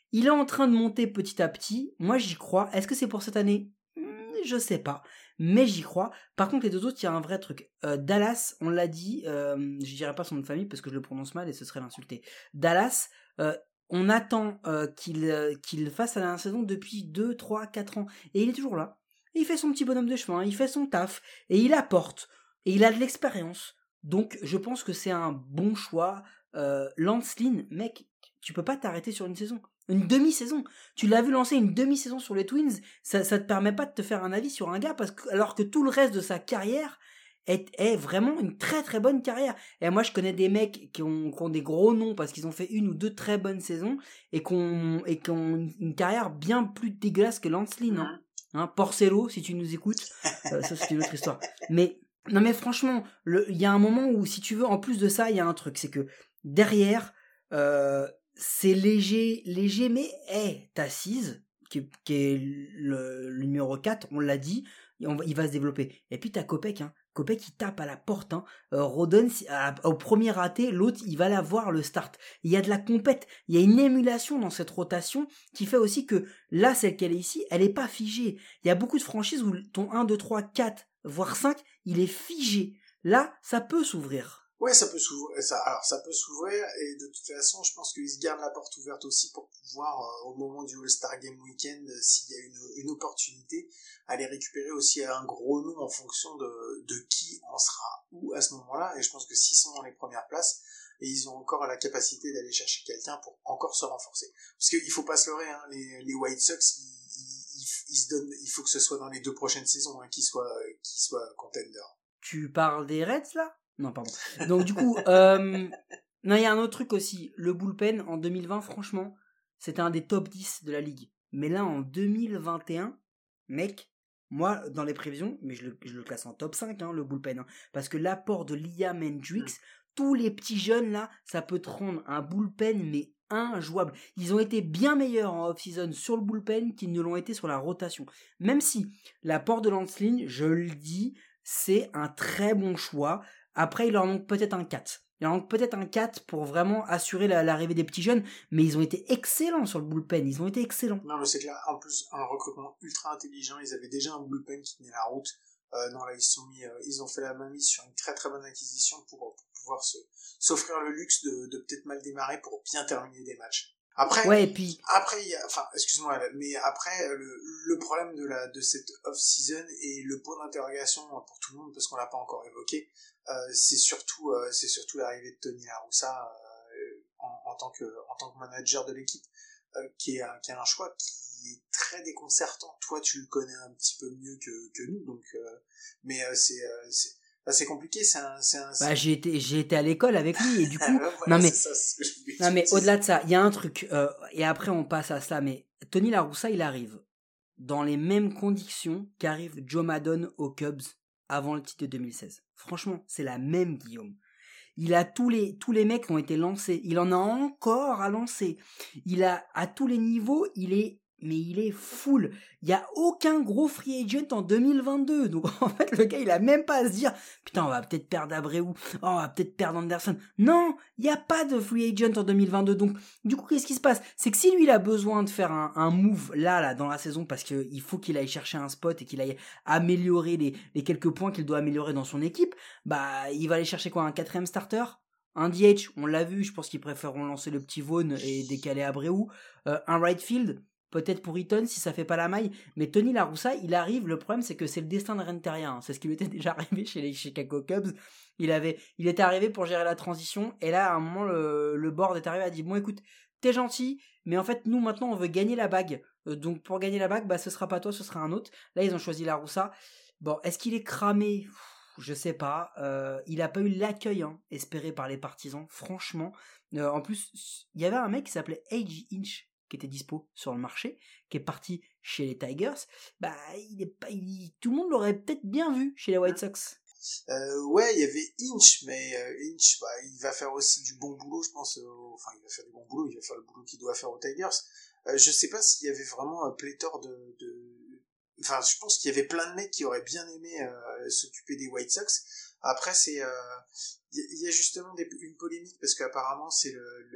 Il est en train de monter petit à petit. Moi, j'y crois. Est-ce que c'est pour cette année ? Je sais pas. Mais j'y crois. Par contre, les deux autres, il y a un vrai truc. Euh, Dallas, on l'a dit, euh, je dirais pas son nom de famille parce que je le prononce mal et ce serait l'insulter. Dallas, euh, on attend euh, qu'il, euh, qu'il fasse la dernière saison depuis deux, trois, quatre ans. Et il est toujours là. Et il fait son petit bonhomme de chemin, il fait son taf. Et il apporte. Et il a de l'expérience. Donc, je pense que c'est un bon choix. Euh, Lance Lynn, mec, tu peux pas t'arrêter sur une saison. Une demi-saison. Tu l'as vu lancer une demi-saison sur les Twins, ça, ça te permet pas de te faire un avis sur un gars, parce que, alors que tout le reste de sa carrière est, est vraiment une très très bonne carrière. Et moi, je connais des mecs qui ont, qui ont des gros noms parce qu'ils ont fait une ou deux très bonnes saisons et qui ont, et qui ont une carrière bien plus dégueulasse que Lance Lynn. Hein. Hein, Porcello, si tu nous écoutes, euh, ça c'est une autre histoire. Mais, non mais franchement, il y a un moment où, si tu veux, en plus de ça, il y a un truc, c'est que derrière, euh, c'est léger, léger, mais hey, Tassise, qui, qui est le, le numéro quatre, on l'a dit, on va, il va se développer. Et puis t'as Kopech, hein. Kopech, il tape à la porte. Hein. Euh, Rodon, à, au premier raté, l'autre, il va la voir le start. Il y a de la compète, il y a une émulation dans cette rotation qui fait aussi que là, celle qu'elle est ici, elle est pas figée. Il y a beaucoup de franchises où ton un, deux, trois, quatre, voire cinq, il est figé. Là, ça peut s'ouvrir. Ouais, ça peut s'ouvrir. Ça, alors, ça peut s'ouvrir, et de toute façon, je pense qu'ils se gardent la porte ouverte aussi pour pouvoir, euh, au moment du All-Star Game Weekend, euh, s'il y a une, une opportunité, aller récupérer aussi un gros nom en fonction de, de qui en sera où à ce moment-là. Et je pense que s'ils sont dans les premières places, et ils ont encore la capacité d'aller chercher quelqu'un pour encore se renforcer. Parce qu'il faut pas se leurrer, hein, les, les White Sox, ils, ils, ils, ils se donnent, il faut que ce soit dans les deux prochaines saisons, hein, qu'ils soient, qu'ils soient contenders. Tu parles des Reds, là ? Non, pardon. Donc, du coup, euh, non, il y a un autre truc aussi. Le bullpen, en deux mille vingt, franchement, c'était un des top dix de la ligue. Mais là, en deux mille vingt et un, mec, moi, dans les prévisions, mais je le, je le classe en top cinq, hein, le bullpen. Hein, parce que l'apport de Liam Hendricks, mmh. tous les petits jeunes, là, ça peut te rendre un bullpen, mais injouable. Ils ont été bien meilleurs en off-season sur le bullpen qu'ils ne l'ont été sur la rotation. Même si l'apport de Lance Lynn, je le dis, c'est un très bon choix. Après, il leur manque peut-être un quatre. Il leur manque peut-être un quatre pour vraiment assurer la, l'arrivée des petits jeunes, mais ils ont été excellents sur le bullpen, ils ont été excellents. Non, mais c'est clair, en plus, un recrutement ultra intelligent, ils avaient déjà un bullpen qui tenait la route. Euh, non, là, ils, sont mis, euh, ils ont fait la main mise sur une très très bonne acquisition pour, pour pouvoir se, s'offrir le luxe de, de peut-être mal démarrer pour bien terminer des matchs. Après, ouais, et puis... après, il y a, enfin, excuse-moi, mais après, le, le problème de la, de cette off-season et le point d'interrogation pour tout le monde, parce qu'on l'a pas encore évoqué, euh, c'est surtout, euh, c'est surtout l'arrivée de Tony La Russa, euh, en, en tant que, en tant que manager de l'équipe, euh, qui est un, qui a un choix qui est très déconcertant. Toi, tu le connais un petit peu mieux que, que nous, donc, euh, mais euh, c'est, euh, c'est, Bah, c'est compliqué, c'est un, c'est un... Bah, j'ai été, j'ai été à l'école avec lui, et du coup, voilà, non mais, c'est ça, c'est ce que je non mais, dire. au-delà de ça, il y a un truc, euh, et après on passe à cela, mais Tony La Russa, il arrive dans les mêmes conditions qu'arrive Joe Maddon aux Cubs avant le titre de deux mille seize. Franchement, c'est la même, Guillaume. Il a tous les, tous les mecs qui ont été lancés. Il en a encore à lancer. Il a, à tous les niveaux, il est, mais il est full. Il y a aucun gros free agent en deux mille vingt-deux. Donc, en fait, le gars, il a même pas à se dire, putain, on va peut-être perdre Abreu, oh, on va peut-être perdre Anderson. Non, il n'y a pas de free agent en deux mille vingt-deux. Donc, du coup, qu'est-ce qui se passe? C'est que si lui, il a besoin de faire un, un move là, là, dans la saison, parce qu'il faut qu'il aille chercher un spot et qu'il aille améliorer les, les quelques points qu'il doit améliorer dans son équipe, bah, il va aller chercher quoi? Un quatrième starter? Un D H? On l'a vu, je pense qu'ils préféreront lancer le petit Vaughn et décaler Abreu. Euh, un right field? Peut-être pour Eaton si ça fait pas la maille, mais Tony La Russa, il arrive, le problème c'est que c'est le destin de Renteria, hein. C'est ce qui lui était déjà arrivé chez les Chicago Cubs. Il avait, il était arrivé pour gérer la transition, et là à un moment le, le board est arrivé, a dit bon écoute, t'es gentil, mais en fait nous maintenant on veut gagner la bague, euh, donc pour gagner la bague, bah ce sera pas toi, ce sera un autre. Là ils ont choisi La Russa. Bon, est-ce qu'il est cramé? Je sais pas. Euh, il a pas eu l'accueil hein, espéré par les partisans, franchement. Euh, en plus, il y avait un mec qui s'appelait A J Hinch, qui était dispo sur le marché, qui est parti chez les Tigers. Bah, il est pas, il, tout le monde l'aurait peut-être bien vu chez les White Sox. Euh, ouais, il y avait Hinch, mais euh, Hinch, bah, il va faire aussi du bon boulot, je pense. Euh, enfin, il va faire du bon boulot, il va faire le boulot qu'il doit faire aux Tigers. Euh, je sais pas s'il y avait vraiment un pléthore de, de... Enfin, je pense qu'il y avait plein de mecs qui auraient bien aimé euh, s'occuper des White Sox. Après, c'est, il euh, y, y a justement des, une polémique parce qu'apparemment c'est le, le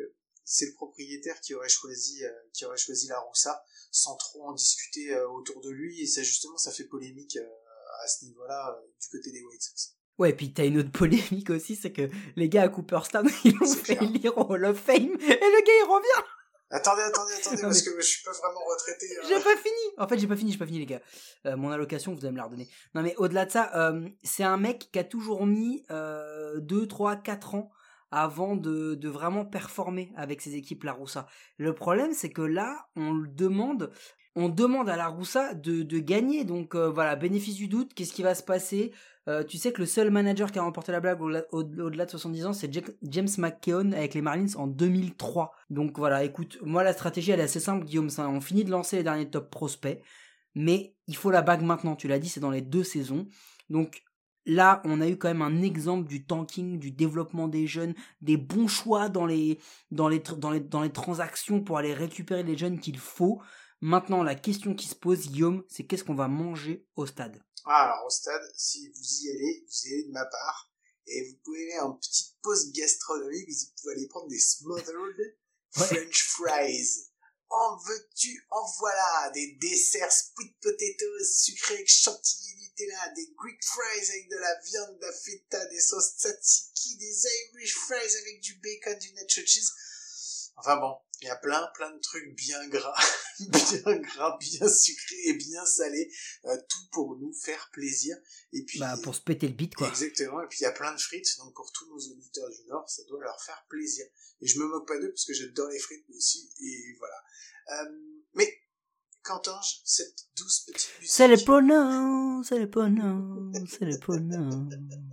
c'est le propriétaire qui aurait choisi, euh, qui aurait choisi la Roussa sans trop en discuter euh, autour de lui, et ça justement, ça fait polémique euh, à ce niveau-là euh, du côté des White Sox. Ouais, et puis t'as une autre polémique aussi, c'est que les gars à Cooperstown, ils l'ont fait lire au Hall of Fame, et le gars il revient. Attendez, attendez, attendez, parce que je suis pas vraiment retraité. Hein. J'ai pas fini. En fait, j'ai pas fini, j'ai pas fini, les gars. Euh, mon allocation, vous allez me la redonner. Non, mais au-delà de ça, euh, c'est un mec qui a toujours mis euh, deux, trois, quatre ans avant de, de vraiment performer avec ses équipes La Roussa. Le problème, c'est que là, on le demande, on demande à La Roussa de, de gagner. Donc euh, voilà, bénéfice du doute, qu'est-ce qui va se passer? Euh, tu sais que le seul manager qui a remporté la blague au-delà, au-delà de soixante-dix ans, c'est Jack, James McKeown avec les Marlins en deux mille trois. Donc voilà, écoute, moi la stratégie elle est assez simple, Guillaume. Ça, on finit de lancer les derniers top prospects, mais il faut la bague maintenant. Tu l'as dit, c'est dans les deux saisons. Donc là, on a eu quand même un exemple du tanking, du développement des jeunes, des bons choix dans les, dans les, dans les, dans les transactions pour aller récupérer les jeunes qu'il faut. Maintenant, la question qui se pose, Guillaume, c'est qu'est-ce qu'on va manger au stade? Ah, alors au stade, si vous y allez, vous y allez de ma part, et vous pouvez aller en petite pause gastronomique, vous pouvez aller prendre des smothered ouais. French fries. En veux-tu, en voilà, des desserts sweet potatoes sucrés avec chantilly Nutella, des Greek fries avec de la viande, de la feta, des sauces tzatziki, des Irish fries avec du bacon, du nacho cheese. Enfin bon, il y a plein, plein de trucs bien gras, bien gras, bien sucrés et bien salés, euh, tout pour nous faire plaisir. Et puis, bah, pour se péter le bite, quoi. Exactement, et puis il y a plein de frites, donc pour tous nos auditeurs du Nord, ça doit leur faire plaisir. Et je me moque pas d'eux, parce que j'adore les frites aussi, et voilà. Euh, mais, qu'entends-je, cette douce petite musique? C'est les pronoms, c'est les pronoms, c'est les pronoms.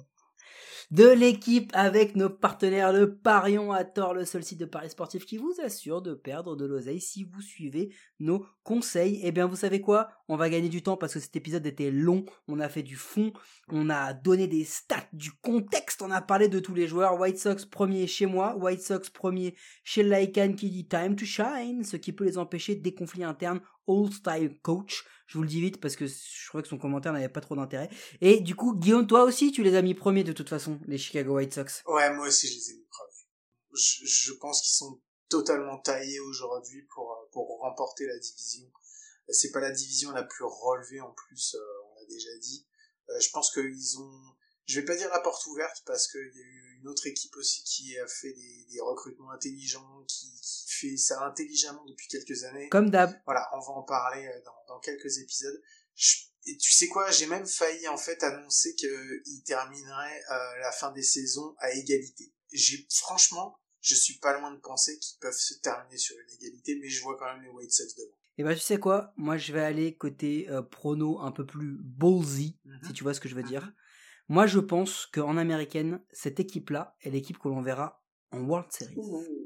De l'équipe avec nos partenaires le Parion à Tort, le seul site de paris sportif qui vous assure de perdre de l'oseille si vous suivez nos conseils. Eh bien, vous savez quoi? On va gagner du temps parce que cet épisode était long. On a fait du fond, on a donné des stats, du contexte, on a parlé de tous les joueurs. White Sox premier chez moi, White Sox premier chez Lycan qui dit time to shine, ce qui peut les empêcher des conflits internes. All-style coach, je vous le dis vite parce que je crois que son commentaire n'avait pas trop d'intérêt. Et du coup, Guillaume, toi aussi, tu les as mis premiers de toute façon, les Chicago White Sox. Ouais, moi aussi, je les ai mis premiers. Je, je pense qu'ils sont totalement taillés aujourd'hui pour, pour remporter la division. C'est pas la division la plus relevée en plus, euh, on l'a déjà dit. Euh, je pense qu'ils ont... Je vais pas dire la porte ouverte parce qu'il y a eu une autre équipe aussi qui a fait des, des recrutements intelligents, qui, qui fait ça intelligemment depuis quelques années. Comme d'hab. Voilà, on va en parler dans, dans quelques épisodes. Je, et tu sais quoi, j'ai même failli en fait annoncer qu'ils termineraient euh, la fin des saisons à égalité. J'ai, franchement, je suis pas loin de penser qu'ils peuvent se terminer sur une égalité, mais je vois quand même les White Sox devant. Et bah tu sais quoi, moi je vais aller côté euh, prono un peu plus ballsy, mm-hmm. si tu vois ce que je veux dire. Moi, je pense qu'en américaine, cette équipe-là est l'équipe que l'on verra en World Series.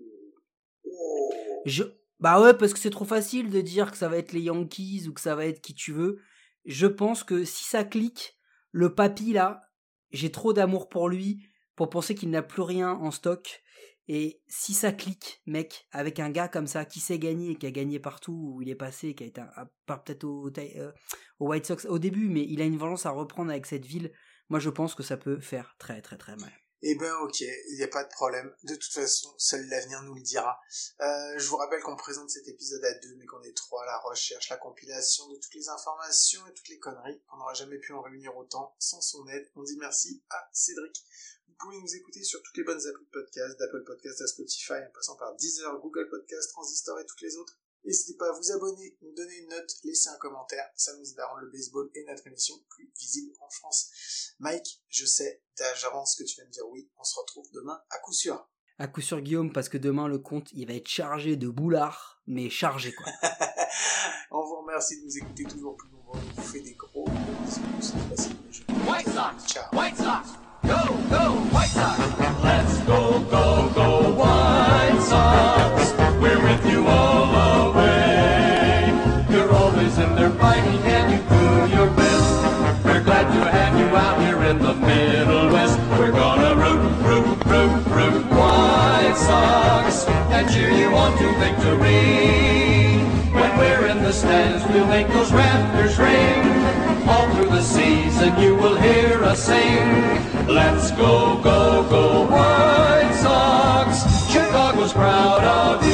Je... Bah ouais, parce que c'est trop facile de dire que ça va être les Yankees ou que ça va être qui tu veux. Je pense que si ça clique, le papy, là, j'ai trop d'amour pour lui pour penser qu'il n'a plus rien en stock. Et si ça clique, mec, avec un gars comme ça qui sait gagner, qui a gagné partout où il est passé, qui a été, à part peut-être au, euh, au White Sox au début, mais il a une vengeance à reprendre avec cette ville. Moi, je pense que ça peut faire très, très, très mal. Eh ben, ok, il n'y a pas de problème. De toute façon, seul l'avenir nous le dira. Euh, je vous rappelle qu'on présente cet épisode à deux, mais qu'on est trois à la recherche, la compilation de toutes les informations et toutes les conneries. On n'aura jamais pu en réunir autant sans son aide. On dit merci à Cédric. Vous pouvez nous écouter sur toutes les bonnes applis de podcast, d'Apple Podcast à Spotify, en passant par Deezer, Google Podcast, Transistor et toutes les autres. N'hésitez pas à vous abonner, nous donner une note, laisser un commentaire, ça nous aide à rendre le baseball et notre émission plus visible en France. Mike, je sais, j'avance que tu vas me dire oui, on se retrouve demain à coup sûr. À coup sûr Guillaume, parce que demain le compte il va être chargé de boulards, mais chargé quoi. On vous remercie de nous écouter toujours plus nombreux, on vous fait des gros bisous, White Sox, Ciao. White Sox, go, go, White Sox, let's go, go, go, White Sox, we're with you all the way, you're always in there fighting and you do your best, we're glad to have you out here in the Middle West, we're gonna root, root, root, root, White Sox, and cheer you on to victory, when we're in the stands we'll make those rafters ring, all through the season you will hear us sing, let's go, go, go, White Sox, Chicago's proud of you.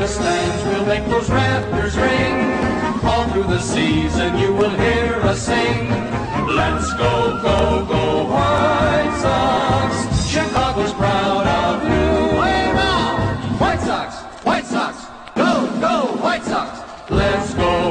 the stands, we'll make those rafters ring. All through the season you will hear us sing. Let's go, go, go, White Sox. Chicago's proud of you. Way now! White Sox, White Sox, go, go, White Sox. Let's go.